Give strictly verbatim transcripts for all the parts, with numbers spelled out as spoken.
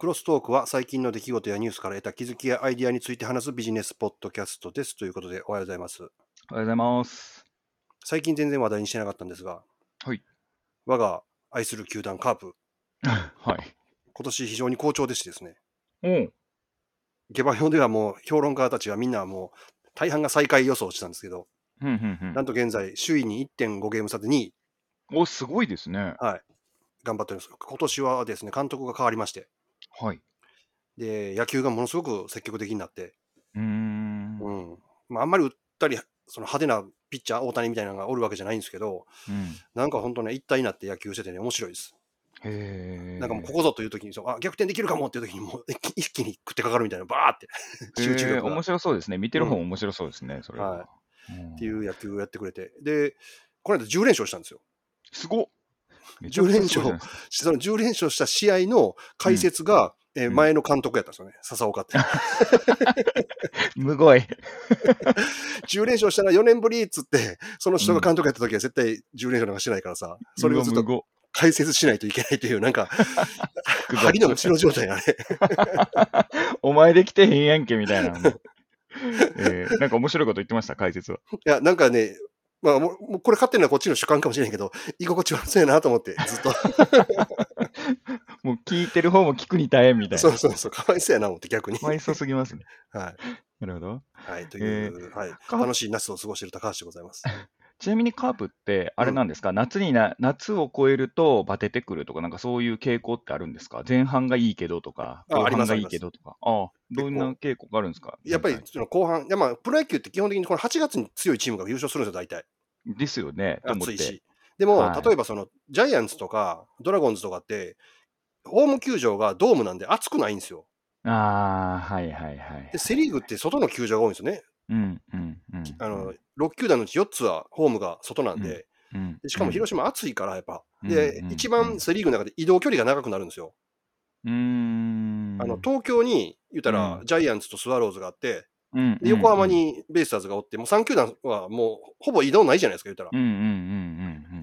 クロストークは最近の出来事やニュースから得た気づきやアイディアについて話すビジネスポッドキャストです。ということで、おはようございます。 おはようございます。 最近全然話題にしてなかったんですが、 はい。 我が愛する球団カープ、 はい。 今年非常に好調でしてですね、 おう。 下馬評ではもう評論家たちはみんなもう大半が最下位予想してたんですけど、 ふんふんふん。 なんと現在首位に いってんご ゲーム差でにい、 お、すごいですね。 はい、頑張っております。今年はですね、監督が変わりまして、 はい。 で、野球がものすごく積極的になって、 うーん。 うん、まあ、あんまり打ったり、その派手なピッチャー、大谷みたいなのがおるわけじゃないんですけど、 うん。 なんか本当ね、一体になって野球しててね、面白いです。なんかもうへここぞという時にそう、あ、逆転できるかもっていう時にもう一気一気に食ってかかるみたいな、バーってえ。へえ、 集中力が。 面白そうですね。見てる方うん。 も面白そうですね、それはい。 は。うっていん。 う野球をやってくれて。で、この間じゅう連勝したんですよ。 すごっ。めちゃ 10 くちゃ連勝、 すごいじゃないですか。 そのじゅう連勝した試合の解うん。 説が、えーうん。 前の監督やったんですよね、笹岡って。 むごい。 じゅう連勝したらよねんぶりっつって、そのうん。 人が監督やった時は絶対じゅう連勝なんかしてないからさ、そうわ、 れをずっとむご。 解説しないといけないという、なんか、 複雑。 針の後ろ状態がね。 お前できてへんやんけ、みたいなね。えー、なんか面白いこと言ってました、解説は。 いや、なんかね、まあ、もうもうこれ勝ってるのはこっちの主観かもしれないけど、居心地悪そうやなと思って、ずっと。 もう聞いてる方も聞くに大変みたいな。 そうそうそう、かわいそうやな思って逆に。 かわいそうすぎますね。 はい。 なるほど。 はい、といえう、はい、 ー、カープ、 楽しい夏を過ごしている高橋でございます。 ちなみにカープってあうん。 れなんですか、夏にな、夏を超えるとバテてくるとか、なんかそういう傾向ってあるんですか？前半がいいけどとか、 あ、あり後半がいますあります。 いけどとか。ああ、どんな結構。 傾向があるんですかやっぱり全体。 その後半、いやまあ、プロ野球って基本的にこのはちがつに強いチームが優勝するんですよ、大体。 ですよね、と思って。 暑いし。でも、 はい。 例えばそのジャイアンツとかドラゴンズとかって、ホーム球場がドームなんで暑くないんですよ。 ああ、はいはいはいはい。 で、セリーグって外の球場が多いんですよね。 うん、うん、うん、 あの、 うん、 ろく球団のうちよっつはホームが外なんうん、 で、 うん、 でしかもうん、 広島暑いからやっぱ。 うん、うで、 ん、 一番セリーグの中で移動距離が長くなるんですよ。 うーあの、 ん、 東京に言ったら、 うん、 ジャイアンツとスワローズがあって、 うん、うで、横浜ん、 にベイスターズがおって、もうさん球団はもうほぼ移動ないじゃないですか、言ったら。 うん、うん、うん、うん、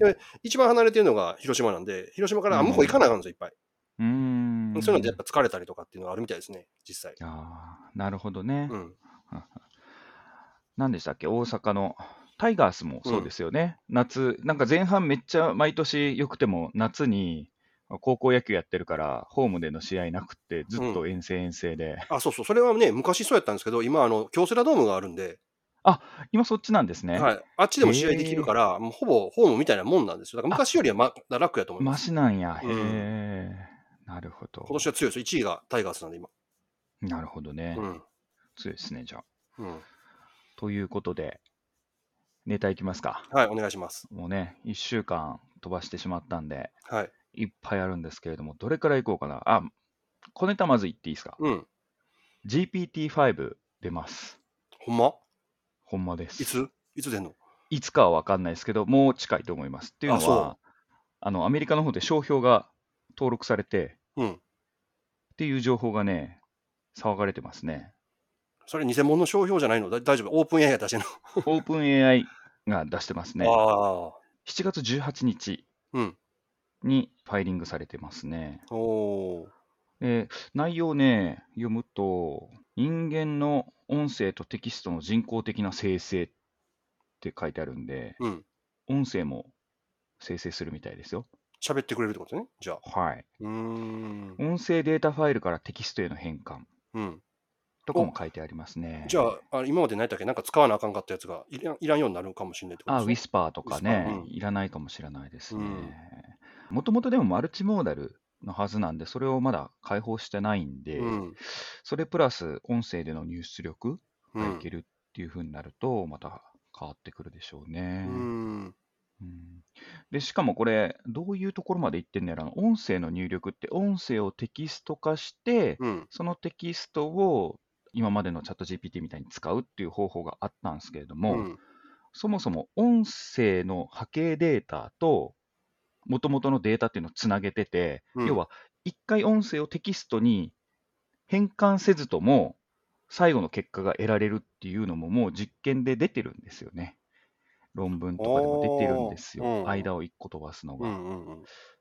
で、一番離れてるのが広島なんで、広島かうん、 らあ向こう行かなあかんんですよ、いっぱい。 うん、うーそういうのでやっん。 ぱ疲れたりとかっていうのはあるみたいですね、実際。 ああ、なるほどね。 うん。 何でしたっけ、大阪のタイガースもそうでうん。 すよね。夏、なんか前半めっちゃ毎年良くても、夏に高校野球やってるから、ホームでの試合なくって、ずっうん。 と遠征遠征で。 あ、そうそう。それはね、昔そうやったんですけど、今、あの、京セラドームがあるんで、 あ、今そっちなんですね。 はい。あっちでも試合できへえ、 るから、もうほぼホームみたいなもんなんですよ。だからあ、 昔よりはまだ楽やと思いまマす。 シなんや。へうん。 え、なるほど。 今年は強いです。いちいがタイガースなんで、今。 なるほどね。 うん。 そうですね、じゃあ。 うん。 ということで、ネタいきますか。 はい、お願いします。 もうね、いっしゅうかん飛ばしてしまったんで、 はい。 いっぱいあるんですけれども、どれからいこうかな。あ、小ネタまず言っていいですか？ うん。 ジーピーティーファイブ 出ます。 ほんまほんまです。 いついつ出んの？ いつかはわかんないですけど、もう近いと思います。っていうあ、 のは、 そあの、アメリカの方で商標が登録されて、 う。うん。 っていう情報がね、騒がれてますね。 それ偽物の商標じゃないの？だ大丈夫？オープンエアやったしの。 オープン エーアイ が出してますね。 ああ。 しちがつじゅうはちにちうん。 にファイリングされてますね。 おお。 で、内容ね、読むと、人間の音声とテキストの人工的な生成って書いてあるんで、 うん。 音声も生成するみたいですよ。 喋ってくれるってことね、じゃあ。 はい。 うーん。 音声データファイルからテキストへの変換うん。 とかお、 も書いてありますじゃね。 あ、あ今まで何やったっけ？なんか使わなあかんかったやつがいらんいらんようになるかもしれないってことあ、 ですね。 ウィスパーとウィスパー。うかね、 ん。 いらないかもしれないですね。 うん。 もともとでもマルチモーダルのはずなんで、それをまだ開放してないんで、 うん。 それプラス音声での入出力うん。 がいけるっていう風になると、また変わってくるでしょううね。 ん。 うん、で、しかもこれ、どういうところまでいってんのやら、音声の入力って音声をテキスト化して、 うん。 そのテキストを今までのチャット ジーピーティー みたいに使うっていう方法があったんですけれども、 うん。 そもそも音声の波形データと元々のデータっていうのをつなげてて、 うん。 要は一回音声をテキストに変換せずとも最後の結果が得られるっていうのももう実験で出てるんですよね。論文あとかでも出てるんであ。 すよ。 うん。 間を一個飛ばすのうんうが。 んうん。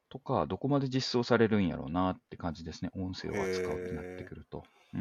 とか、どこまで実装されるんやろうなって感じですね。音声を扱うってなってへえ、 くると。うん。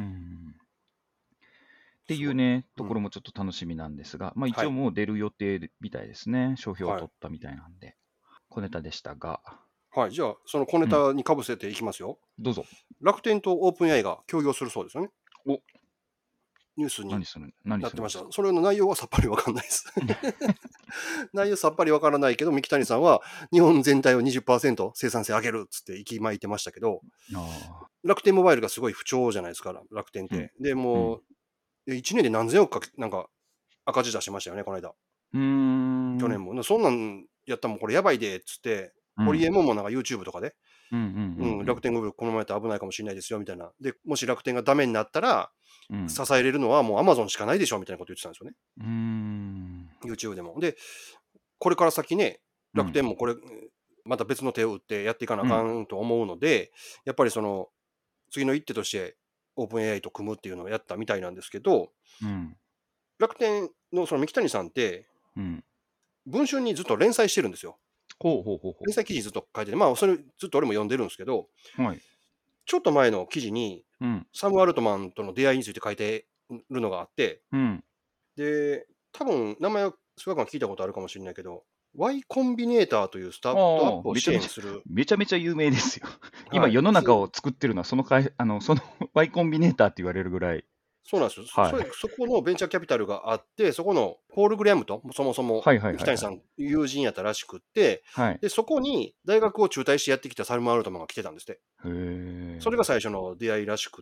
ってすごい。 いうね、とうん。 ころもちょっと楽しみなんですが、まあ一はい。 応もう出る予定みたいですね。商標をはい。 取ったみたいなんで。小ネタでしたが、 はい。じゃあ、その小ネうん、 タにかぶせていきますよ。 どうぞ。 楽天とオープン エーアイ が協業するそうですよね。 お、 ニュースに何する、何なってました。 するんですか？ それの内容はさっぱりわかんないです。内容さっぱりわからないけど、三木谷さんは日本全体をにじゅっパーセント生産性上げるっつって息巻いてましたけど、 ああ、 楽天モバイルがすごい不調じゃないですか、楽天っうん、 て。で、 うん。 もう、いちねんで何千億か、なんか赤字出しましたよね、この間。 うーん、 去年も。そんなんやったらもうこれやばいでっつって、 うん、 ホリエモンもなんか YouTube とかで、 うん、うん、 うん、 うん、 楽天グループこのままやったら危ないかもしれないですよみたいな。で、もし楽天がダメになったら、 うん、 支えれるのはもう Amazon しかないでしょみたいなこと言ってたんですよね。 うん、うーん、 YouTube でも。で、これから先ね、 うん、 楽天もこれ、また別の手を打ってやっていかなあうん、 かんと思うので、やっぱりその、次の一手としてオープン エーアイ と組むっていうのをやったみたいなんですけど、 うん、 楽天のその三木谷さんって、 うん。 文春にずっと連載してるんですよ。 ほうほうほうほ連載記事ずっと書いてて、まあ、それずっと俺も読んでるんですけど、 う。はい。 ちょっと前の記事に、 うん、 サム・アルトマンとの出会いについて書いてるのがあって、 うん。 で、多分名前は菅君は聞いたことあるかもしれないけど、Y コンビネーターというスタートアッああ、 プを支めちゃめちゃ、 援する、 めちゃめちゃ有名ですよ。今、 はい、 世の中つを作ってるのは、その会、あの、その Y コンビネーターって言われるぐらい。 そうなんですよ。そそれはい。 そこのベンチャーキャピタルがあって、そこのポール・グレアムと、そもそもはいはいはいはい。 三木谷さん、友人やったらしくって、 はい。 で、そこに大学を中退してやってきたサルマン・アルトマンが来てたんですって。 へえ。 それが最初の出会いらしくって、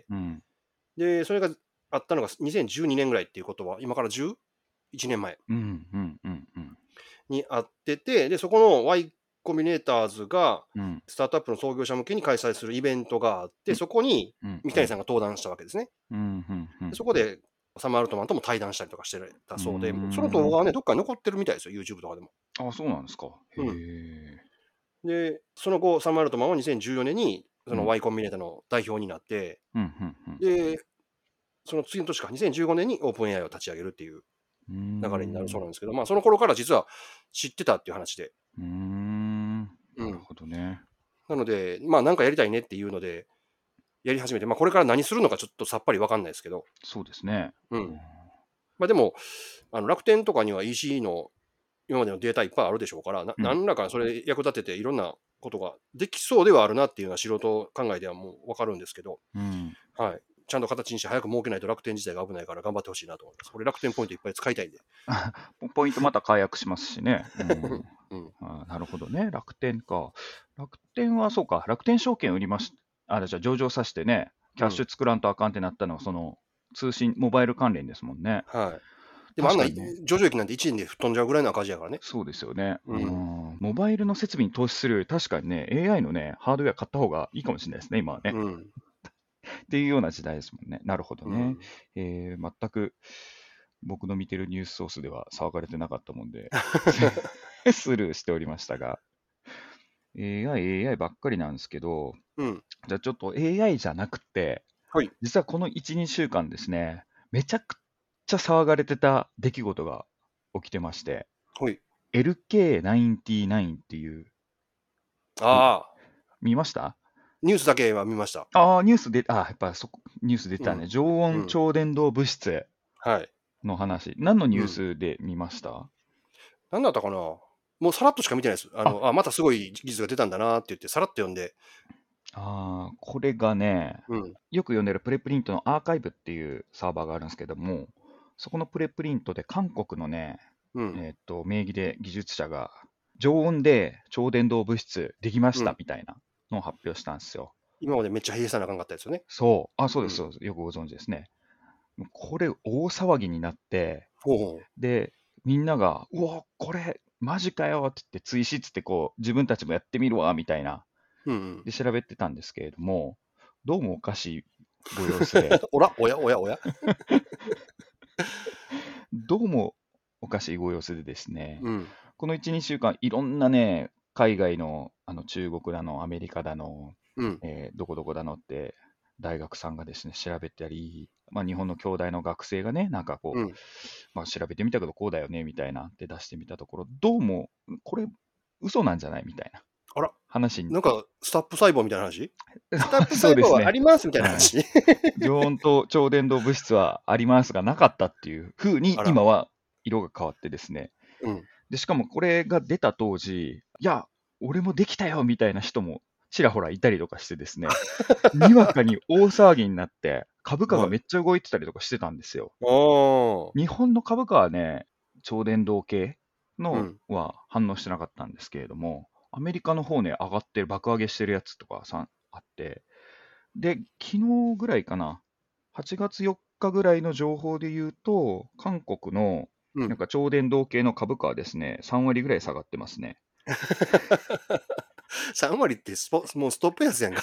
うん。 で、それがあったのがにせんじゅうにねんぐらいっていうことは、今からじゅういちねんまえうん、うん、うん、うん。 にあってて、で、そこの Y コンビネーターズが、 うん、 スタートアップの創業者向けに開催するイベントがあって、 うん、 そこにうん、 三木谷さんうん。 が登壇したわけですね。 うん、うん、うん。 でそこでサム・アルトマンとも対談したりとかしてたうーそうで、その動ん。 画はね、どっかに残ってるみたいですよ、YouTube とかでも。 あ、そうなんですか。へうん。 え。 で、その後、サム・アルトマンはにせんじゅうよねんにそのうん、 Y コンビネーターの代表になって、 うん、うん、 で、その次の年か、にせんじゅうごねんにオープン エーアイ を立ち上げるっていううん。う流れになるーん。 そうなんですけど、まあ、その頃から実は知ってたっていう話で。 うーん。なるうん。 ほどね。 なので、まあ、なんかやりたいねっていうので、やり始めて、まあ、これから何するのかちょっとさっぱりわかんないですけど、 そうですね。 うん。 うん。 まあ、でも、あの楽天とかには イーシー の今までのデータいっぱいあるでしょうから、なうん。 何らかそれ役立てていろんなことができそうではあるなっていうのは素人考えではもうわかるんですけど、 うん。 はい。ちゃんと形にして早く儲けないと楽天自体が危ないから頑張ってほしいなと思います。俺楽天ポイントいっぱい使いたいんで。 ポイントまた解約しますしね。うん。 うん。 あ、なるほどね。楽天か。楽天はそうか。楽天証券売りましあ、じゃあ上場させてね、キャッシうん。 ュ作らんとあかんってなったのは、その通信、モバイル関連ですもんね。 はい。でもあんな確かにね。 上場益なんていちねんで吹っ飛んじゃうぐらいの赤字やからね。 そうですよね。ううん。 ん。モバイルの設備に投資するより、確かにね、エーアイ のね、ハードウェア買った方がいいかもしれないですね、今はね。 うん。 っていうような時代ですもんね。なるほどね。 うん。 えー全く僕の見てるニュースソースでは騒がれてなかったもんで、スルーしておりましたが、エーアイ、エーアイ ばっかりなんですけど、 うん。 じゃあちょっと エーアイ じゃなくて、 はい。 実はこのいち、にしゅうかんですね、めちゃくちゃ騒がれてた出来事が起きてまして、 はい。 エルケーきゅうじゅうきゅう っていう、みああ、 見ました？ ニュースだけは見ました。 ああ、ニュースで、あ、やっぱそこ、ニュース出てたね。 うん。 常温うん。 超伝導物質はい。 の話。何のニューうん。 スで見ました？ なんだったかな、もうさらっとしか見てないです。ああ、 の、あ、またすごい技術が出たんだなって言って、さらっと読んで。 あーこれがね、 うん。 よく読んでるプレプリントのアーカイブっていうサーバーがあるんですけども、そこのプレプリントで韓国のね、 うん。 えーっと、名義で技術者が常温で超伝導物質できましうん。 たみたいなのを発表したんですよ。 今までめっちゃ冷えさなあかんかったですよね。 そう。あ、そうです、そうん。 うです。よくご存知ですね。これ大騒ぎになって、 ほうほで、みんなが、うわ、これ、マジかよって言って、追試っつってこう、自分たちもやってみるわ、みたいな。 う。うんうん。 で、調べてたんですけれども、どうもおかしいご様子で、 おら、おやおやおや。 どうもおかしいご様子でですね、 うん。 このいち、にしゅうかん、いろんなね、海外の、あの中国だの、アメリカだの、 うん。 えーどこどこだのって、大学さんがですね、調べたり、まあ、日本の京大の学生がね、なんかこう、 うん。 まあ、調べてみたけど、こうだよね、みたいなって出してみたところ、どうも、これ、嘘なんじゃないみたいな。 あら。 話に。 なんか、スタップ細胞みたいな話スタップ細胞そうですね。 はありますみたいなはい。 話常温と超伝導物質はありますがなかったっていう風にあら。 今は色が変わってですね。 うん。 で、しかもこれが出た当時、いや、俺もできたよみたいな人もちらほらいたりとかしてですね、にわかに大騒ぎになって、株価がはい。 めっちゃ動いてたりとかしてたんですよ。 ああ。 日本の株価はね、超伝導系のうん。 は反応してなかったんですけれども、アメリカの方ね、上がってる、爆上げしてるやつとかさあって、で、昨日ぐらいかな、はちがつよっかぐらいの情報で言うと、韓国のうん。 なんか超電導系の株価はですね、さん割ぐらい下がってますね。 さん割ってスポもうストップ安やんか。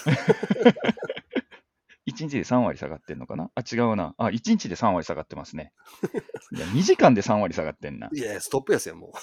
いちにちでさん割下がってんのかなあ、違うな。あ、いちにちでさん割下がってますね。いや、にじかんでさん割下がってんな。 いやいや、ストップ安やん、もう。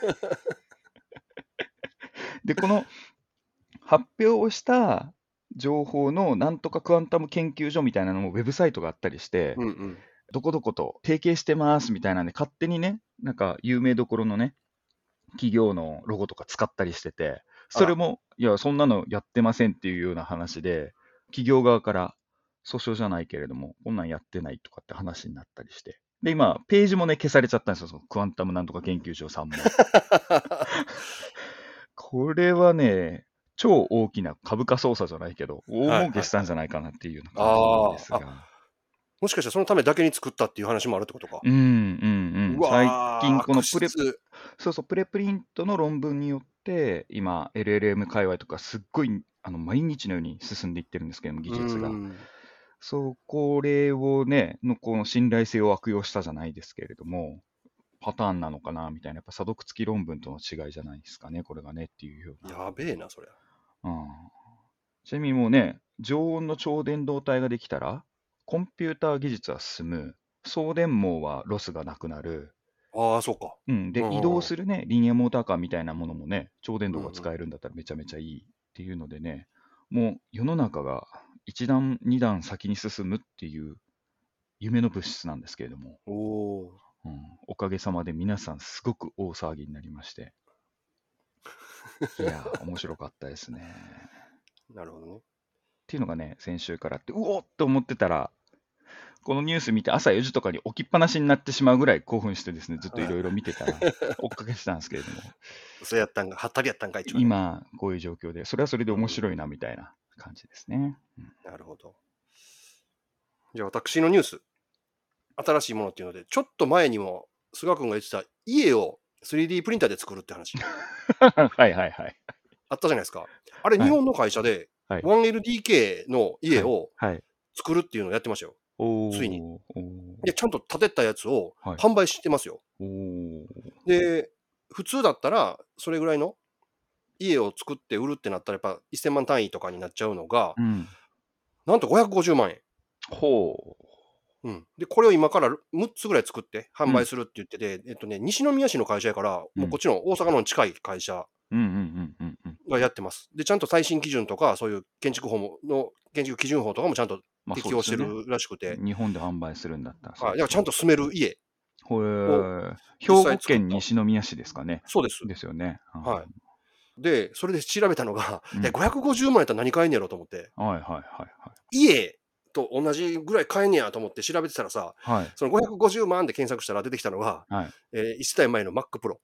で、この発表をした情報のなんとかクアンタム研究所みたいなのもウェブサイトがあったりして、 うんうん。 どこどこと提携してますみたいなんで、勝手にね、なんか有名どころのね、企業のロゴとか使ったりしてて、 あら。 それも、いや、そんなのやってませんっていうような話で、企業側から訴訟じゃないけれども、こんなんやってないとかって話になったりして。で、今、ページもね、消されちゃったんですよ、そのクアンタムなんとか研究所さんも。これはね、超大きな株価操作じゃないけど、大はい儲けしたんはいはい。 じゃないかなっていうような感じなんですああ。あ、 が。 もしかしたらそのためだけに作ったっていう話もあるってことか。 うんうんう。 うん最近わー、悪このプレ、 質。 そうそう、プレプリントの論文によって、今、エルエルエム 界隈とか、すっごいあの毎日のように進んでいってるんですけども、技うー術が。 ん。 そう、これをね、のこの信頼性を悪用したじゃないですけれども、パターンなのかなみたいな、やっぱ査読付き論文との違いじゃないですかね、これがねっていうような。 やべえな、そりゃ。 うん、ちなみにもうね、常温の超伝導体ができたら、コンピューター技術は進む、送電網はロスがなくなる、 ああ、そうか。 うん、で、移うんうんうん。 動するね、リニアモーターカーみたいなものもね、超電導がうんうん。 使えるんだったらめちゃめちゃいいっていうのでね、もう世の中が一段、二段先に進むっていう夢の物質なんですけれども、 おお。 うん、おかげさまで皆さんすごく大騒ぎになりまして、いやー、面白かったですね。 なるほどね。 っていうのがね、先週からあって、うおっと思ってたら、このニュース見て朝よじとかに起きっぱなしになってしまうぐらい興奮してですね、ずっといろいろ見てたら、追っかけてたんですけれども、 そうやったんが、はったりやったんかいっちゅうね。 今、こういう状況で、それはそれでうんうん。 面白いなみたいな感じですね。うん、 なるほど。じゃあ私のニュース、新しいものっていうので、ちょっと前にも菅君が言ってた家を スリーディー プリンターで作るって話はいはいはい。 あったじゃないですか。あれ、 はい。 日本の会社ではい。 ワンエルディーケー の家はい。 をはい。 作るっていうのをやってましたよ。ついに。 おー。おで、 ー。 ちゃんと建てたやつをはい。 販売してますよ。 おー。 で、普通だったら、それぐらいの家を作って売るってなったら、やっぱせんまん単位とかになっちゃうのが、 うん。 なんとごひゃくごじゅうまんえん。 ほうん。で、これを今からむっつぐらい作ってう。うん。 販売するって言ってて、えっとね、西宮市の会社やから、 うん。 もうこっちの大阪の近い会社うんうんうんうんうん。 がやってます。で、ちゃんと耐震基準とか、そういう建築法もの建築基準法とかもちゃんとまあそ適用してうですよね。 るらしくて、 日本で販売するんだったらそうはい。だですよね。 からちゃんと住める家ほえをー。兵実際庫県作った。 西宮市ですかね。 そうです。 ですよね。 はい。で、それで調べたのが、 うん。うえ、 ん。 ごひゃくごじゅうまんやったら何買えんねやろと思って、 はいはいはいはい。 家と同じぐらい買えんねやと思って調べてたらさ、 はい。 そのごひゃくごじゅうまんで検索したら出てきたのが、 はい。 えー、いっ世代前の Mac Pro。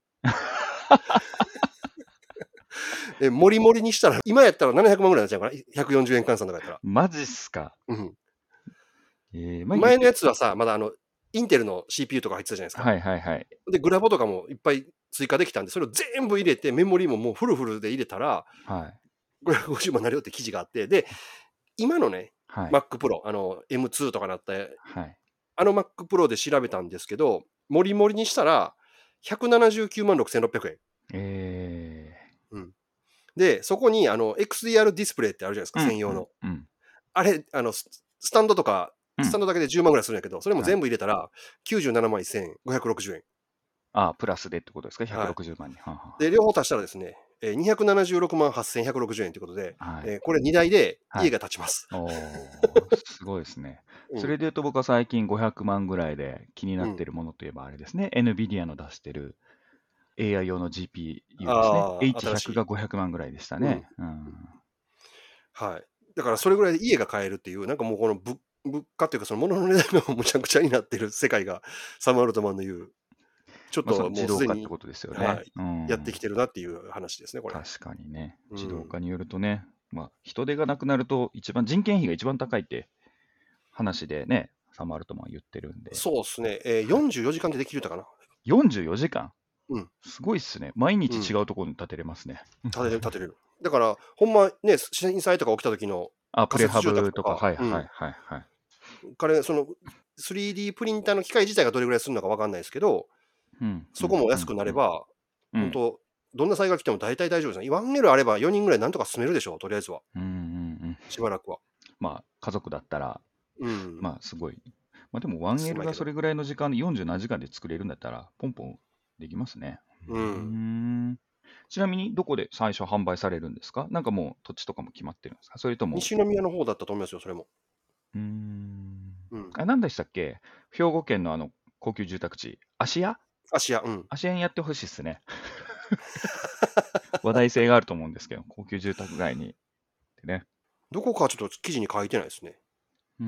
え、もりもりにしたら、今やったらななひゃくまんぐらいになっちゃうかな。ひゃくよんじゅうえん換算とかやったら。 マジっすか。 うん。 えー、まあ言っ前のやて、 つはさ、まだあの、インテルの シーピーユー とか入ってたじゃないですか。 はいはいはい。 で、グラボとかもいっぱい追加できたんで、それを全部入れて、メモリももうフルフルで入れたら、 はい。 ごひゃくごじゅうまんになるよって記事があって、で、今のね、 はい。 Mac Pro、あの、エムツー とかなった、 はい。 あの Mac Pro で調べたんですけど、もりもりにしたら、ひゃくななじゅうきゅうまんろくせんろっぴゃくえん。 えうん。で、そこにあの エックスディーアール ディスプレイってあるじゃないですか、 ー。うん専用の。 うんうん。 あれ、あの、ススタンドとか、スタンうん。 ドだけでじゅうまんぐらいするんやけど、それもはい。 全部入れたら、きゅうじゅうななまんせんごひゃくろくじゅうえん。 ああ、プラスでってことですかはい。 ?ひゃくろくじゅうまんに。はあはで、両方足したらですね、えー、にひゃくななじゅうろくまんはっせんひゃくろくじゅうえんということで、 あ。はい。 えーこれにだいではい。 家が建ちます。 おー、すごいですね。 うん。 それで言うと僕は最近ごひゃくまんぐらいで気になうん。 ってるものといえばあれですね。NVIDIA の出してるエーアイ 用の ジーピーユー ですね。 ああ、 エイチひゃく新しい。 がごひゃくまんぐらいでしたね。うん。 はい。だからそれぐらいで家が買えるっていう、なんかもうこのぶ物価っていうか、その物の値段がむちゃくちゃになってる世界が、サム・アルトマンの言う、ちょっまあ、そのとも自うすでに、 動化ってことですよね。 はい、 うやってん。 きてるなっていう話ですね、これ。 確かにね。 うん。 自動化によるとね、まあ、人手がなくなると、一番人件費が一番高いって話でね、サム・アルトマンは言ってるんで。 そうですね。えー、よんじゅうよじかんでできるたかな。 よんじゅうよじかんうん。 すごいっすね。毎日うん。 違うところに建てれますね。 建てれる、建てれる。だから、ほんまね、震災とか起きた時のあ、プレハ仮設住宅ブとか、 とか、 はいはいうん。 はいはい。 彼、その スリーディー プリンターの機械自体がどれぐらいするのかわかんないですけど、 うんうんうんそこも安くなれうんば、 うん。 本当どんな災害来ても大体大丈夫ですね。ワンエルあればよにんぐらいなんとか住めるでしょう、とりあえずは。 うんうんうん。 しばらくは。 まあ、家族だったら、 うん。 まあ、すごい。まあ、でも ワンエル狭いけど。 がそれぐらいの時間でよんじゅうななじかんで作れるんだったら、ポンポンできますね。 う。 うんん。ちなみに、どこで最初販売されるんですか？なんかもう土地とかも決まってるんですか？それとも、 西宮の方だったと思いますよ、それも。 うーん。 うん。 あ、なんでしたっけ？兵庫県のあの、高級住宅地、芦屋芦屋、うん。 芦屋にやってほしいっすね。話題性があると思うんですけど、高級住宅街にってね。 どこかはちょっと記事に書いてないですね。 うん。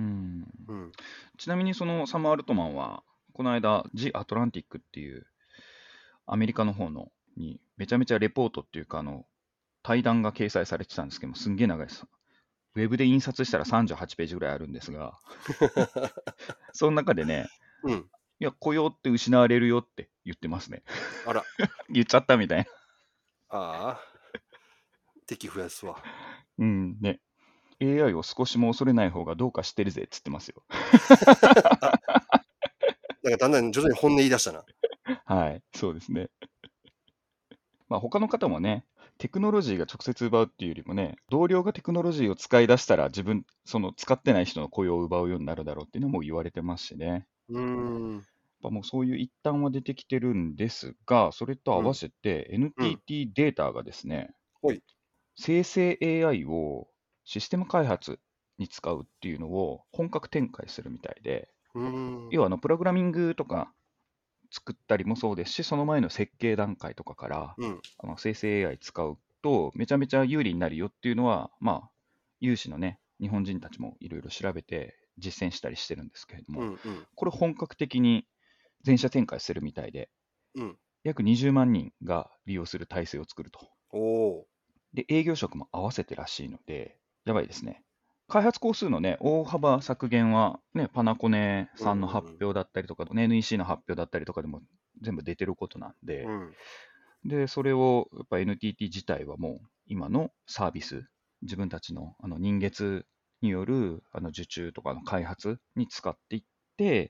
うん。 ちなみにそのサム・アルトマンは、この間、ジ・アトランティックっていうアメリカの方のにめちゃめちゃレポートっていうか、あの、対談が掲載されてたんですけども、すんげえ長いです。ウェブで印刷したらさんじゅうはちページぐらいあるんですが、その中でね、 うん。 いや、雇用って失われるよって言ってますね。 あら、 言っちゃったみたいな。 ああ、敵増やすわ。 うん、ね。エーアイ を少しも恐れない方がどうかしてるぜっつってますよ。 なんかだんだん徐々に本音言い出したな。 はい、そうですね。まあ、他の方もね、テクノロジーが直接奪うっていうよりもね、同僚がテクノロジーを使い出したら自分、その使ってない人の雇用を奪うようになるだろうっていうのも言われてますしね。 うーん。 やっぱもうそういう一端は出てきてるんですが、それと合わうん。 せてうん。 エヌティーティー データがですね、 ほい。 生成 エーアイ をシステム開発に使うっていうのを本格展開するみたいで、 うーん。 要はあのプログラミングとか作ったりもそうですし、その前の設計段階とかからうん。 あの生成 エーアイ 使うとめちゃめちゃ有利になるよっていうのは、まあ、有志のね、日本人たちもいろいろ調べて実践したりしてるんですけれども、 うん。うん。 これ本格的に全社展開するみたいで、 うん。 約にじゅうまんにんが利用する体制を作ると。 おお。 で、営業職も合わせてらしいので、やばいですね。開発工数のね、大幅削減は、ね、パナコネさんの発表だったりとか、エヌイーシー の発表だったりとかでも全部出てることなんで、 うん。 で、それをやっぱ エヌティーティー 自体はもう今のサービス、自分たちのあの人月によるあの受注とかの開発に使っていって、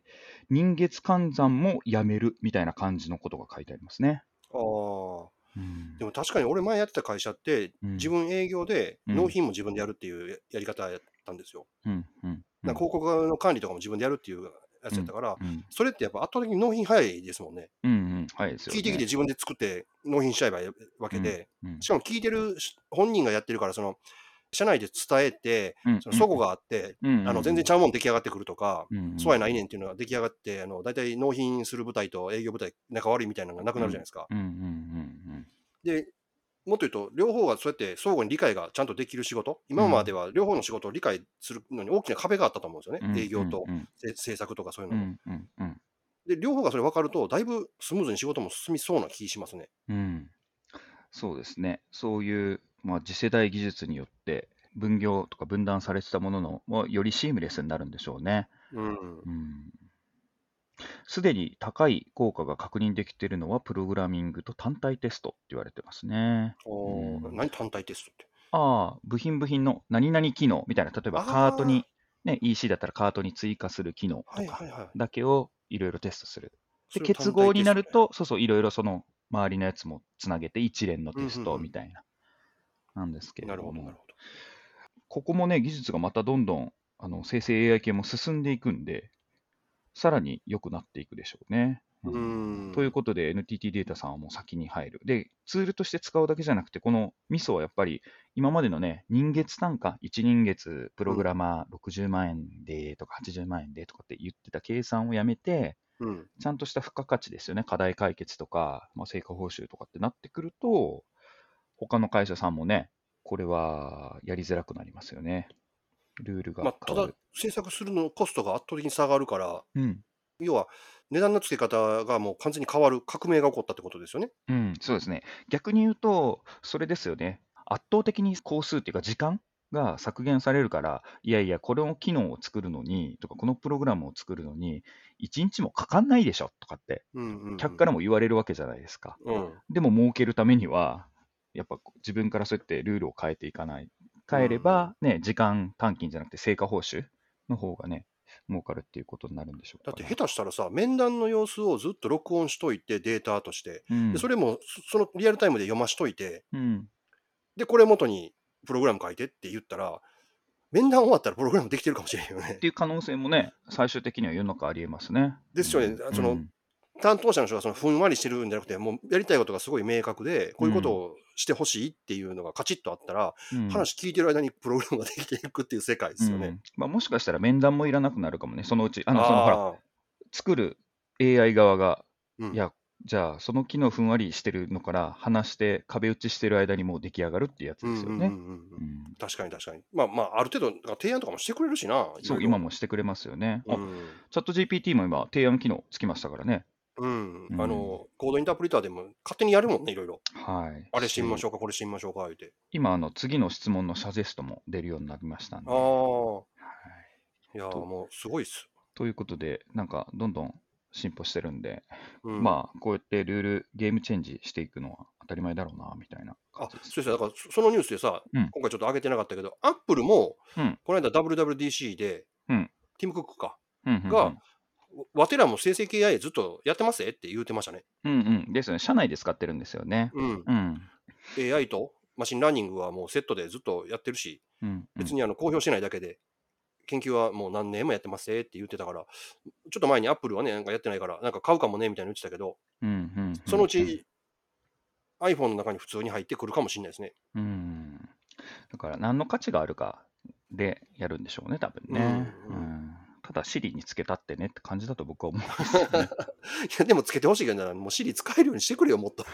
人月換算もやめるみたいな感じのことが書いてありますね。 ああ。 うんでも確かに俺前やってた会社って、 うん自分営業で納うん品も自分でやるっていうややり方やったんですよ。 うんうんうんなんか広告の管理とかも自分でやるっていうやうんつやったから、 うんそれってやっぱ圧倒的に納品早いですもんね。 うんうんはいですよ聞いてきてね。 自分で作って納品しちゃえばいいわうんけで、 うんしかも聞いてるし本人がやってるから、その社内で伝えて、 うんうんその齟齬があって、 うんうんあの全然ちゃうもん出来上がってくるとか、 うんうんそうやないねんっていうのが出来上がって、あの大体納品する部隊と営業部隊仲悪いみたいなのがなくなるじゃないですか。 うんうんうんで、もっと言うと、両方がそうやって相互に理解がちゃんとできる仕事、今までは両方の仕事を理解するのに大きな壁があったと思うんですよね。 うん営業とうんせ制作とかそういうのの。 うんうんうんで、両方がそれ分かると、だいぶスムーズに仕事も進みそうな気しますね。 うんそうですね。そういう、まあ、次世代技術によって分業とか分断されてたものの、まあ、よりシームレスになるんでしょうね。 うん。 うんすでに高い効果が確認できているのは、プログラミングと単体テストって言われてますね。うおーん何単体テストって。 ああ、部品部品の何々機能みたいな、例えばカートあに、ね、イーシー だったらカートに追加する機能あ、はとかいはいはい。 だけをいろいろテストする。で、 それを単結合体テストね。 になると、そうそう、いろいろその周りのやつもつなげて一連のうんうテストんみたいな、なんですけうん。なるれども、 ほどなるほど。 ここもね、技術がまたどんどんあの生成 エーアイ 系も進んでいくんで、さらに良くなっていくでしょうね。 うーうんというん。 ことで、エヌティーティー データさんはもう先に入る。で、ツールとして使うだけじゃなくて、このミソはやっぱり、今までのね、人月単価、いちにん月プログラマーろくじゅうまん円でとかはちじゅうまん円でとかって言ってた計算をやめて、 うん。 ちゃんとした付加価値ですよね。課題解決とか、まあ、成果報酬とかってなってくると、他の会社さんもね、これはやりづらくなりますよね。ルールがまあ、ただ変わる。、 制作するのコストが圧倒的に下がるから、 うん。 要は値段の付け方がもう完全に変わる革命が起こったってことですよね。 うん、そうですね。逆に言うと、それですよね。圧倒的に工数っていうか、時間が削減されるから、いやいや、これの機能を作るのに、とか、このプログラムを作るのに、いちにちもかかんないでしょとかって、 うんうん客からも言われるわけじゃないですか。 うん。うん。 でも、儲けるためには、やっぱ自分からそうやってルールを変えていかない。変えれば、ね、時間短金じゃなくて成果報酬の方がね、儲かるっていうことになるんでしょうだってから。 下手したらさ、面談の様子をずっと録音しといて、データとして。で、そうん。 れもそそのリアルタイムで読ましといて、 うん。 で、これ元にプログラム書いてって言ったら、面談終わったらプログラムできてるかもしれんよね。 っていう可能性もね、最終的には世の中ありえますね。 ですよね。 うん。 その担当者の人がそのふんわりしてるんじゃなくて、もうやりたいことがすごい明確で、こういうことをしてほしいっていうのがカチッとあったら、 うん。 話聞いてる間にプログラムができていくっていう世界でうすよね。 ん。まあ、もしかしたら面談もいらなくなるかもね。そのうち、あの、そのほら、 ああ、 作る エーアイ 側が、 うん。 いや、じゃあ、その機能ふんわりしてるのから話して壁打ちしてる間にもう出来上がるっていうやつうんうんうんうんですよね。ううん。 ん。 確かに確かに。まあまあ、ある程度、だから提案とかもしてくれるしな、いそう、 ろいろ。 今もしてくれますよね。あ、 うん。 チャット ジーピーティー も今、提案機能つきましたからね。 うん。 うん。 あの、コードインタープリターでも勝手にやるもんね、いろいろ。 はい。 あれしてみましし、 ょうか、これしてみましょうか、言うて。 今、あの、次の質問のシャジェストも出るようになりましたんあで。はい。 あ、いやーと、 もうすごいっす。 ということで、なんか、どんどん進歩してるんで、 うん。 まあ、こうやってルール、ゲームチェンジしていくのは当たり前だろうな、みたいな感あ、 じです。 そうですね。だから、そそのニュースでさ、 うん。 今回ちょっと上げてなかったけど、アップルも、 うん。 この間 ダブリューダブリューディーシー で、 うん。 ティム・クックか、 うん。うん。 が、わてらも生成 エーアイ ずっとやってますって言うてましたね。 うん。うん。ですよね。社内で使ってるんですよね。 うん。 うん。 エーアイ とマシンラーニングはもうセットでずっとやってるし、 うん。うん。 別にあの公表しないだけで、研究はもう何年もやってますって言ってたから、ちょっと前にアップルはね、なんかやってないから、なんか買うかもね、みたいなの言ってたけど、 うん。うん。 そのうち iPhone の中に普通に入ってくるかもしれないですね。 うん。だから、何の価値があるかでやるんでしょうね、多分うん、 ね。 う。 うんん。ただ、Siri につけたってねって感じだと僕は思うんですよね。 いや、でもつけてほしいけどな、もう Siri 使えるようにしてくれよ、もっと。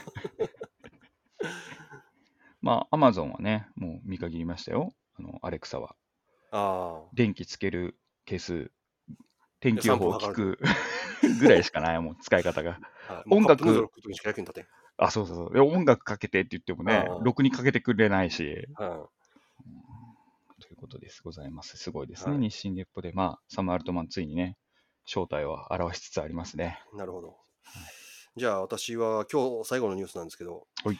まあ、Amazon はね、もう見限りましたよ。あの、アレクサは。 ああ。 電気つける係数、天で、 気予 3分測報を聞る。 くぐらいしかない、もう使い方が。 はい、もう音カップヌードル楽、 食う時にしか役に立てん。 あ、そうそうそう。で音楽かけてって言ってもね、 あろくにかけてくれないし。 あ。はということです。ございます。すごいでい。 すね。 はい。 日進月歩で、まあ、サム・アルトマン、ついにね、正体を表しつつありますね。 なるほど。 はい。 じゃあ、私は今日最後のニュースなんですけど、 はい。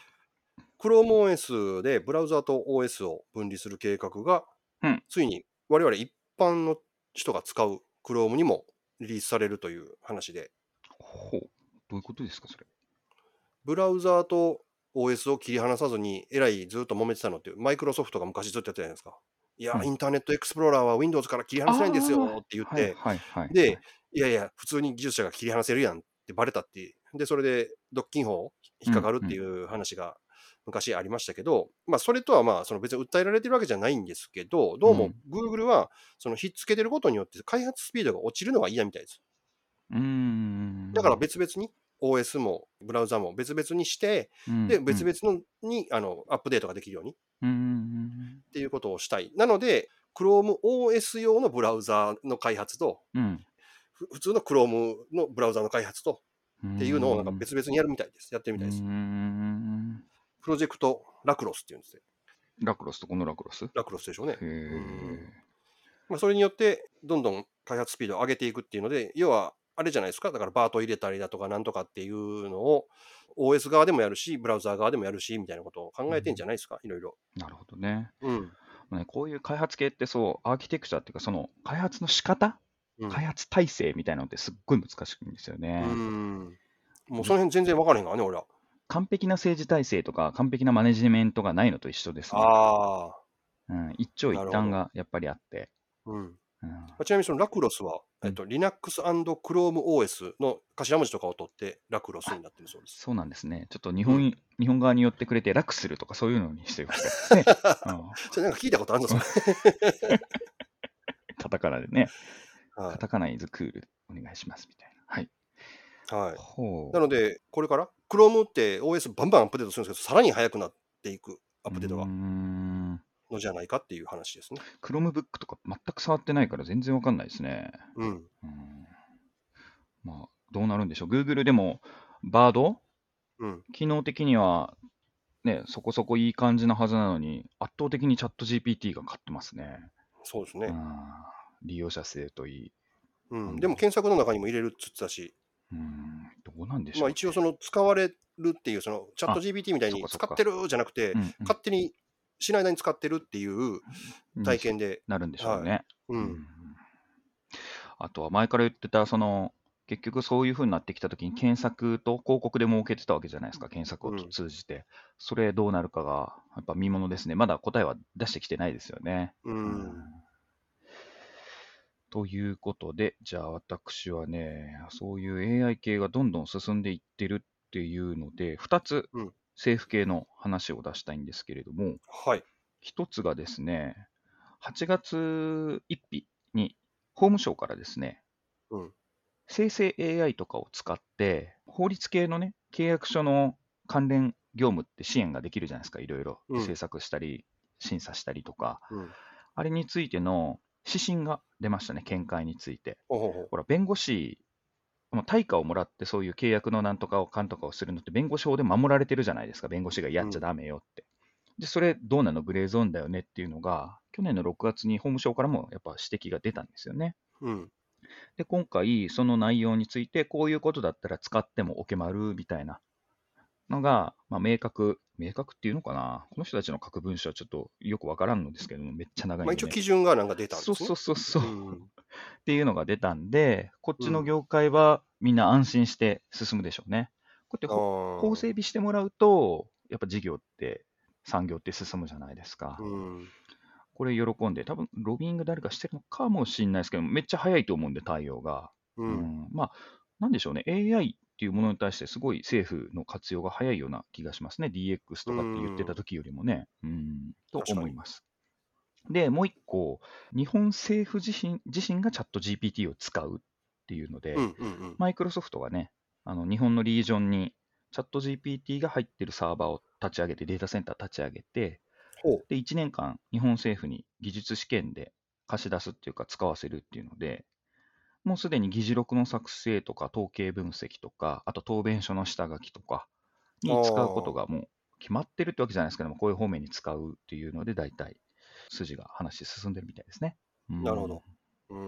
ChromeOS でブラウザと オーエス を分離する計画が、 うん。 ついに我々一般の人が使う Chrome にもリリースされるという話で、 ほう。どういうことですか、それ。 ブラウザーと オーエス を切り離さずに、えらいずっと揉めてたのって、マイクロソフトが昔ずっとやってたじゃないですか。いや、 うん。 インターネットエクスプローラーは Windows から切り離せないんですよあって言っあ、はいて、 はいはいはで、 い。 いやいや、普通に技術者が切り離せるやんってバレたっていう。で、それで独禁法引っかかるっていう話が昔ありましたけど、まあ、それとはまあ、その別に訴えられてるわけじゃないんですけど、どうも Google は、そのひっつけてることによって開発スピードが落ちるのが嫌みたいです。 うーん。 だから別々に オーエス もブラウザも別々にして、 うんで、別々のにあのアップデートができるようにっうんうんていうことをしたい。なので、ChromeOS 用のブラウザの開発と、 うんふ普通の Chrome のブラウザの開発と、 うんっていうのをなんか別々にやるみたいです。やってるみたいです。 うーん。 プロジェクトラクロスっていうんですね。 ラクロスとこのラクロス。へラクロスでしょうね。うんえ。 まあ、それによって、どんどん開発スピードを上げていくっていうので、要は、あれじゃないですか。だからバート入れたりだとかなんとかっていうのを オーエス 側でもやるし、ブラウザー側でもやるし、みたいなことを考えてんじゃないですか。いろいろ。 なるほどね。 うん。 まあね、こういう開発系ってそう、アーキテクチャっていうか、その開発の仕方、 うん。 開発体制みたいなのってすっごい難しいんですようね。 ん。もうその辺全然分からへんからね、俺ら。 完璧な政治体制とか、完璧なマネジメントがないのと一緒ですね。 あうん、一長一なるほど短がやっぱりあって。 あ。うん。 うん、 まあちなみにそのラクロスは、えっと、Linux& ChromeOS の頭文字とかを取ってラクロスになってるそうです。 そうなんですね。ちょっと日本、 うん。 日本側に寄ってくれて楽するとかそういうのにしておきたいですね。うんそれなんか聞いたことあるんぞ、それ。 カタカナでね。 はい。 カタカナイズクールお願いしますみたいな。はい。 はい。 ほなので、これから Chrome って オーエス バンバンアップデートするんですけど、さらに速くなっていくアッう。うープデートがん。 のじゃないかっていう話ですね。 Chromebook とか全く触ってないから全然わかんないですね。 うん。 うん。まあ、どうなるんでしょう。Google でも、バードうん。 機能的には、ね、そこそこいい感じなはずなのに、圧倒的にチャット ジーピーティー が勝ってますね。うそうですね。 ん。利用者数といい。 う。 うんん。 でも検索の中にも入れるっつってたし、 うん。どうなんでしまあょうね。 一応その使われるっていう、そのチャットあ、 ジーピーティー みたいそっかそっか。 に使ってるじゃなくて、 うんうん。 勝手にしない間に使ってるっていうに体験で、 なるんでしょうはい。 ね。 う。 うんん。あとは前から言ってた、その、結局そういう風になってきたときに検索と広告で儲けてたわけじゃないですか、検索をうん。 通じて。それどうなるかが、やっぱ見ものですね。まだ答えは出してきてないですよね。 ううんん。 ということで、じゃあ私はね、そういう エーアイ 系がどんどん進んでいってるっていうので、ふたつうん。 政府系の話を出したいんですけれども、 はい。 ひとつがですね、はちがつついたちに法務省からですね、 うん。 生成 エーアイ とかを使って、法律系のね、契約書の関連業務って支援ができるじゃないですか、いろいろうん。 制作したり、審査したりとか。 うん。 あれについての指針が出ましたね、見解について。 ほうほうほう。 ほら、弁護士、まあ対価をもらってそういう契約のなんとかをかんとかをするのって弁護士法で守られてるじゃないですか、弁護士がやっちゃうん。 ダメよって。で、それどうなのグレーゾーンだよねっていうのが、去年のろくがつに法務省からもやっぱ指摘が出たんですよね。 うん。 で、今回、その内容について、こういうことだったら使っても OK 丸みたいなのが、まあ、明確、明確っていうのかな。この人たちの書く文章はちょっとよくわからんのですけども、めっちゃ長いまあ一応んでね。 基準がなんか出たんですね。 そうそうそうそう。 うん。 っていうのが出たんで、こっうん。 ちの業界はみんな安心して進むでしょうね。こうやってあ法あ。 整備してもらうと、やっぱ事業って、産業って進むじゃないですか。 うん。 これ喜んで、多分ロビーイング誰かしてるのかもしれないですけど、めっちゃ早いと思うんで、対応が。 うん。 うん、まあ、なんでしょうね、エーアイ っていうものに対してすごい政府の活用が早いような気がしますね。ディーエックスうとかって言ってたん。 時よりもね。うん、と確かに。 思います。で、もう一個、日本政府自身自身がチャット ジーピーティー を使うっていうので、 うん。うん。うん。 マイクロソフトがね、あの日本のリージョンにチャット ジーピーティー が入ってるサーバーを立ち上げて、データセンター立ち上げて、 ほう。 で、いちねんかん日本政府に技術試験で貸し出すっていうか使わせるっていうので、もうすでに議事録の作成とか統計分析とか、あと答弁書の下書きとかあに使うことあ。 がもう決まってるってわけじゃないですけども、こういう方面に使うっていうので、大体筋が話進んでるみたいですね。うん。 なるほど。うん。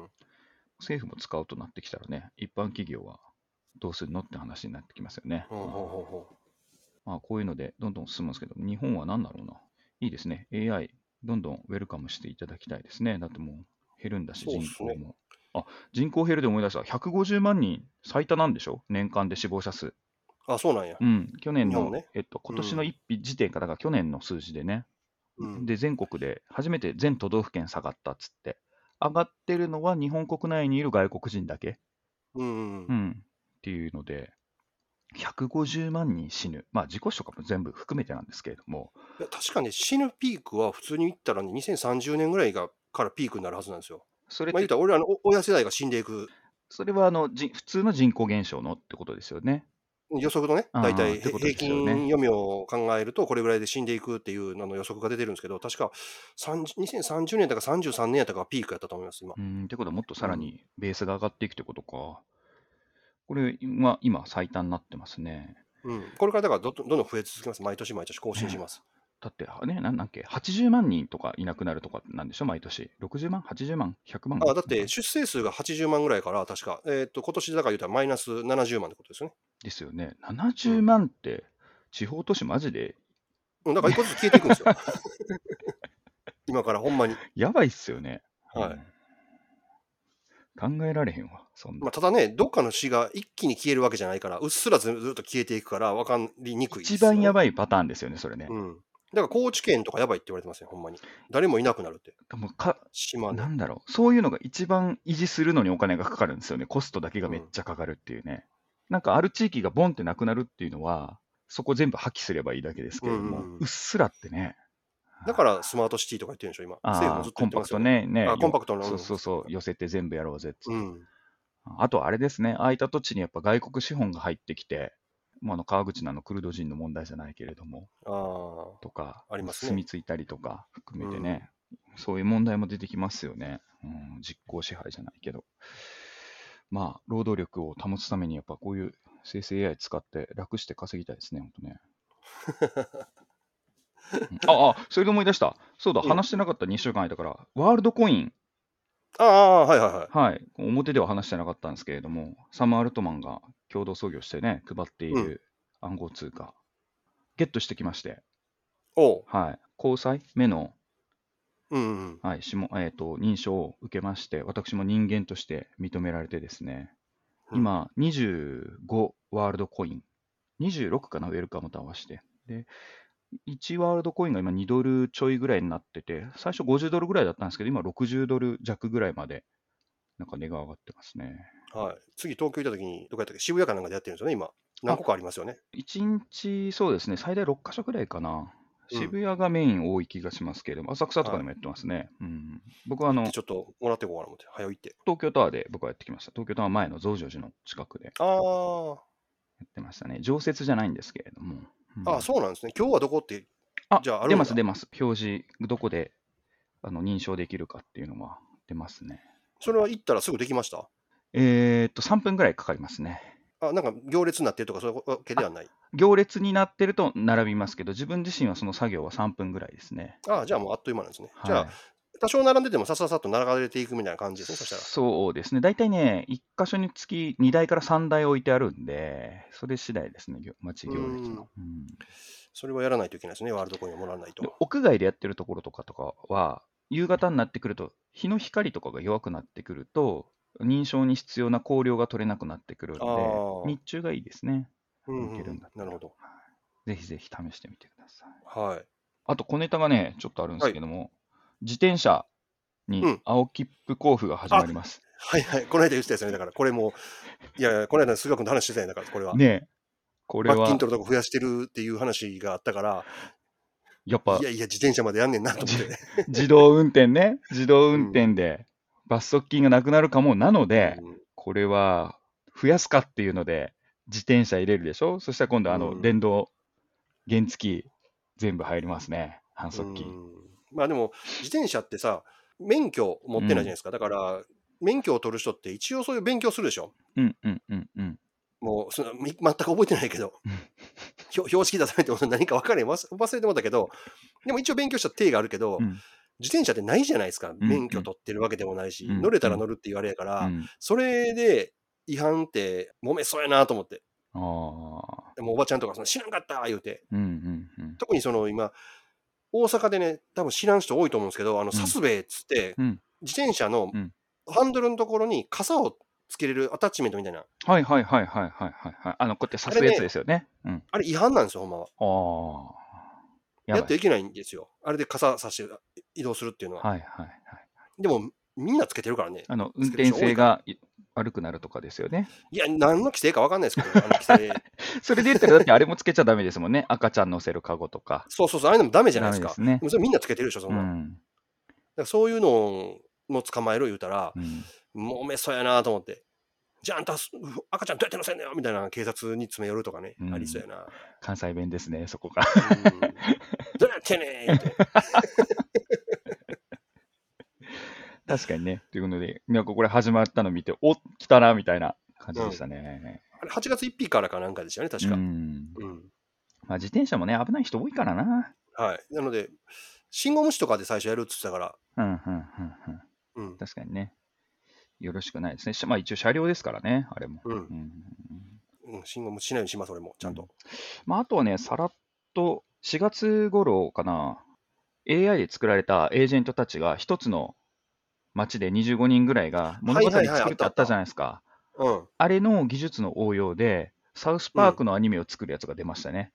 政府も使うとなってきたらね、一般企業はどうするのって話になってきますよね。 ほうほうほうほまあ、こういうのでどんどん進むんですけど、日本は何だろうな。いいですね。エーアイ、どんどんウェルカムしていただきたいですね。だってもう減るんだう。 し、 そうですね。 人口も。あ、人口減るで思い出した。ひゃくごじゅうまん人最多なんでしょ年間で死亡者数。 あ、そうなんや。 うん。去年の、 日本もね。 えっと、今年のうん。 一日時点からが去年の数字でね。 うん。 で、全国で初めて全都道府県下がったっつって。上がってるのは日本国内にいる外国人だけ。 うんうん。 うん。っていうので、ひゃくごじゅうまん人死ぬ。まあ、事故死とかも全部含めてなんですけれども、 いや、確かね、死ぬピークは普通に言ったらね、にせんさんじゅうねんぐらいがからピークになるはずなんですよ。まあ、言うそれって、 たら俺らのお親世代が死んでいくそれはあのじ普通の人口減少のってことですよね。 予測のね、だいたああ、っいへてこと平均ですよね。 余命を考えると、これぐらいで死んでいくっていうのの予測が出てるんですけど、確かさんにせんさんじゅうねんとかさんじゅうさんねんやったかがピークやったと思います、今。 うん、ってことはもっとさらうん。 にベースが上がっていくってことか。これは今最多になってますね。 うん。これからだからどどんどん増え続けます。毎年毎年更新しねます。 だってね、なんだっけ、はちじゅうまん人とかいなくなるとかなんでしょ、毎年。ろくじゅうまん、はちじゅうまん、ひゃくまんあ、だっなんかて出生数がはちじゅうまんぐらいから、確か、えっと、今年だから言うたらマイナスななじゅうまんってことですよね。 ですよね。70 うん。 万って地方都市マジでうん、だから一個ずつ消えていくんですよ。今からほんまに。 やばいっすよね。うはい。 ん、考えられへんわ、そんな。 まあ、ただね、どっかの市が一気に消えるわけじゃないから、うっすらずずっと消えていくから分かりにくいで一すよね。 番やばいパターンですよね、それね。 うん。だから高知県とかやばいって言われてますよ、ほんまに。誰もいなくなるって。 もうか、 島で。 なんだろう、そういうのが一番維持するのにお金がかかるんですよね。コストだけがめっうん。 ちゃかかるっていうね。なんかある地域がボンってなくなるっていうのは、そこ全部破棄すればいいだけですうんうけれども、 んうん。 うっすらってね。 だからスマートシティとか言ってるんでしょ、今。政府もああ、 ずっとコンパク言ってますよね。 トね、ね、 あ、コンよ、 パクトな、うん、 そうそうそう、寄せて全部やろうぜっつって。 うん。 あとあれですね、空いた土地にやっぱ外国資本が入ってきて、まあ、あの川口のあのクルド人の問題じゃないけれども、 あとか、 あ、ありますね。 住み着いたりとか含めてうん。 ね、そういう問題も出てきますよね。うん、実効支配じゃないけど。まあ、労働力を保つためにやっぱこういう生成 エーアイ 使って楽して稼ぎたいですね、本当ね。うんあ、あ、それで思い出した。そうだ、 うん。 話してなかったにしゅうかん空いたから、ワールドコイン、 ああ、はいはいはい。 はい、表では話してなかったんですけれども、サム・アルトマンが共同創業してね、配っていうん。 る暗号通貨、ゲットしてきまして、 おう。 はい、交際目の、 うんうんうん。 はい、しもえーと認証を受けまして、私も人間として認められてですね、 うん。 今、にじゅうごワールドコイン、にじゅうろくかな、ウェルカムと合わせて。で、いちワールドコインが今にドルちょいぐらいになってて、最初ごじゅうドルぐらいだったんですけど、今ろくじゅうドル弱ぐらいまで、なんか値が上がってますね。 はい。次東京行った時に、どこやったっけ、渋谷かなんかでやってるんですよね、今。何あ、 個かありますよね。 いちにち、そうですね、最大ろっかしょぐらいかな。 うん。 渋谷がメイン多い気がしますけれども、浅草とかはい。 でもやってますね。うん、僕はあの、 行ってちょっともらっていこうかな思って。早行って。 東京タワーで僕はやってきました。東京タワー前の増上寺の近くであやってましたね。常設じゃないんですけれども。うあ、ああ、 ん、 そうなんですね。今日はどこって、 あ、出ます、 じゃああるんだ。 出ます。表示、どこであの認証できるかっていうのは出ますね。 それは行ったらすぐできました？ えーっと、さんぷんぐらいかかりますね。 あ、なんか行列になってるとかそういうわけであ、 はない。 行列になってると並びますけど、自分自身はその作業はさんぷんぐらいですね。 ああ、じゃあもうあっという間なんですね。じゃあ、 はい。 多少並んでてもさささっと並れていくみたいな感じですね、そしたら。 そうですね。大体ね、いっ箇所につきにだいからさんだい置いてあるんで、それ次第ですね、行待ちう行列の。 ーん。 うんそれはやらないといけないですね、ワールドコインをもらわないで、 と。 屋外でやってるところとかとかは、夕方になってくると、日の光とかが弱くなってくると、認証に必要な光量が取れなくなってくるあんで、 あ、 日中がいいですね。 うん動けうんうん、 るんだったら。 なるほど。 ぜひぜひ試してみてください。 はい。 あと小ネタがね、ちょっとあるんではい。 すけども、自転車にうん。 青切符交付が始まあ、 ります。 はいはい。この間言ってたやつね。だからこれも、いやいや、この間数学の話してたんだから、これは。 ねえ、これ罰金は、 取るとこ増やしてるっていう話があったから、 やっぱ、 いやいや、自転車までやんねんなと思じって。 自動運転ね、自動運うん。 転で罰則金がなくなるかもなのうで、 ん。 これは増やすかっていうので、自転車入れるでしょそしたら今度あの、 うん。 電動、原付き、全部入りますね。反う則金。 ん。まあでも、自転車ってさ、免許持ってないじゃないうん。 ですか。だから、免許を取る人って一応そういう勉強するでしょ。 うんうんうんうん。 もうその、み全く覚えてないけど、ひょ標識出されても何か分かれへん、忘忘れてもったけど、でも一応勉強した体があるけど、 うん自転車ってないじゃないですか。免許うんうん取ってるわけでもないうし、乗んうんれたら乗るって言われやから、 うんそれで違反って揉めそうやなと思って。 ああ。 でもおばちゃんとかその知らんかった言うて。 うんうんうん特にその今、大阪でね、多分知らん人多いと思うんですけど、あの、 うんサスベイっつって、 うん自転車のうんハンドルのところに傘をつけれるアタッチメントみたいな。 はいはいはいはいはいはいはい。あの、こうやって刺すやつあれね、 ですよね。うん。 あれ違反なんですよ、ほんまは。 ああ。やばい。 やってはいけないんですよ。あれで傘さして移動するっていうのは。 はいはいはい。 でも、みんなつけてるからね。 あの、運つけてる転人多いから。 性がい悪くなるとかですよね。 いや、何の規制か分かんないですけど、あの規制。 それで言ったら、だってあれもつけちゃダメですもんね。赤ちゃん乗せるカゴとか。 そうそうそう、あれでもダメじゃないダですか。 メですね。 でもそれみんなつけてるでしょ、そんなん。だかうん。 らそういうのも捕まえろ言うたら、 うん。 揉めそうやなと思って。じゃああんた、す赤ちゃんどうやって乗せんのよみたいな警察に詰め寄るとかね、 うん。 ありそうやな。 関西弁ですね、そこが。 うん。どうやってんねん言うて。 確かにね。ということで、なんかこれ始まったの見て、お来たな、みたいな感じうん。 でしたね。 あれはちがつついたちからかなんかでしたよね、 う確か。 ん。 うん。 まあ、自転車もね、危ない人多いからな。 はい。なので、信号無視とかで最初やるって言ってたから、 うん、うん、うん、うん。 うん。 確かにね。よろしくないですね。しまあ、一応車両ですからね、あれも。 うん。 うん。 うん、信号無視しないようにします、俺も、ちうん。 ゃんと。 まあ、あとはね、さらっとしがつ頃かな、エーアイ で作られたエージェントたちが一つの街でにじゅうごにんぐらいが物語はいはいはい、あ作るってあったじゃったあった。 ないですか。 うん。 あれの技術の応用で、サウスうん。 パークのアニメを作るやつが出ましたね。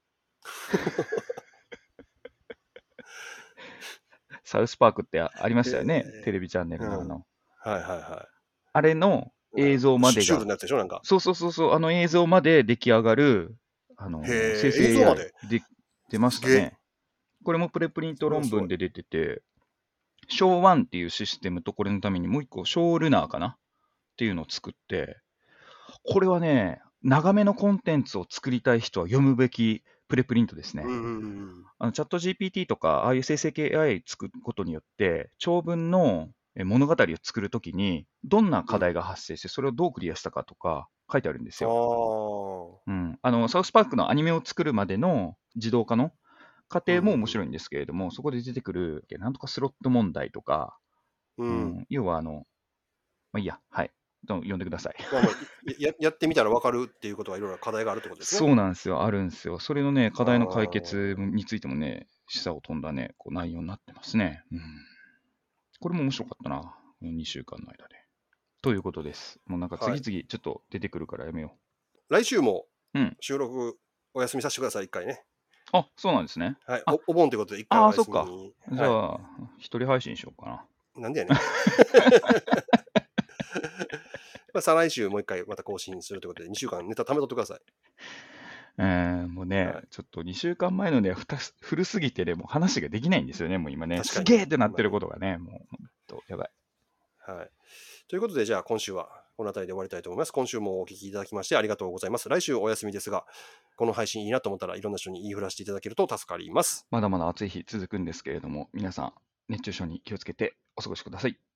サウスパークってあありましたよね。テえレビチャンネー、うん。 ルのあの。 はいはいはあれのい。なん映像か、シュシュールまでが、 なやつでしょ、なんか。 そうそうそうそう、あの映像まで出来上がる、あのー生へえ、 成映像まエーアイで。 で出ましすげえ。 たね。これもプレプリント論それはすごい。 文で出てて、ショーワンっていうシステムとこれのためにもう一個、ショールナーかなっていうのを作って、これはね、長めのコンテンツを作りたい人は読むべきプレプリントですね。 うんうんうんあのチャット ジーピーティー とか、ああいう生成系 エーアイ 作ることによって、長文のえ物語を作るときに、どんな課題が発生して、それをどうクリアしたかとか書いてあるんですああ。 よ。うん、あのサウスパークのアニメを作るまでの自動化の過程も面白いんですけれども、そこで出てくる、なんとかスロット問題とか、 う。 うんん、要はあの、まあ、いいや、はい、どん読んでください。 まあまあ、やややってみたら分かるっていうことはいろいろ課題があるってことですね。 そうなんですよ、あるんですよ。それのね、課題の解あ決あ。 についてもね、示唆を飛んだね、こう内容になってますね。うん、これも面白かったな、このにしゅうかんの間で。ということです。もうなんかはい。 次々ちょっと出てくるからやめよ来週もう。うん。 収録お休みさせてください、一回ね。 あ、そうなんですね。 はい。 あ、 おお盆ということで一回ああ、 おそっか。 休みに。はい。 じゃあ、一人配信しようかな。 なんでやねん。まあ、再来週もう一回また更新するということで、にしゅうかんネタ貯めとってください。 えー、もうね、 はい。 ちょっとにしゅうかんまえのね、ふた古すぎてね、もう話ができないんですよね、もう今ね。 確かに。 すげえってなってるほんまに。 ことがね、もうほんと、やばい。 はい。ということで、じゃあ今週はこの辺りで終わりたいと思います。今週もお聞きいただきましてありがとうございます。来週お休みですが、この配信いいなと思ったらいろんな人に言いふらしていただけると助かります。 まだまだ暑い日続くんですけれども、皆さん、熱中症に気をつけてお過ごしください。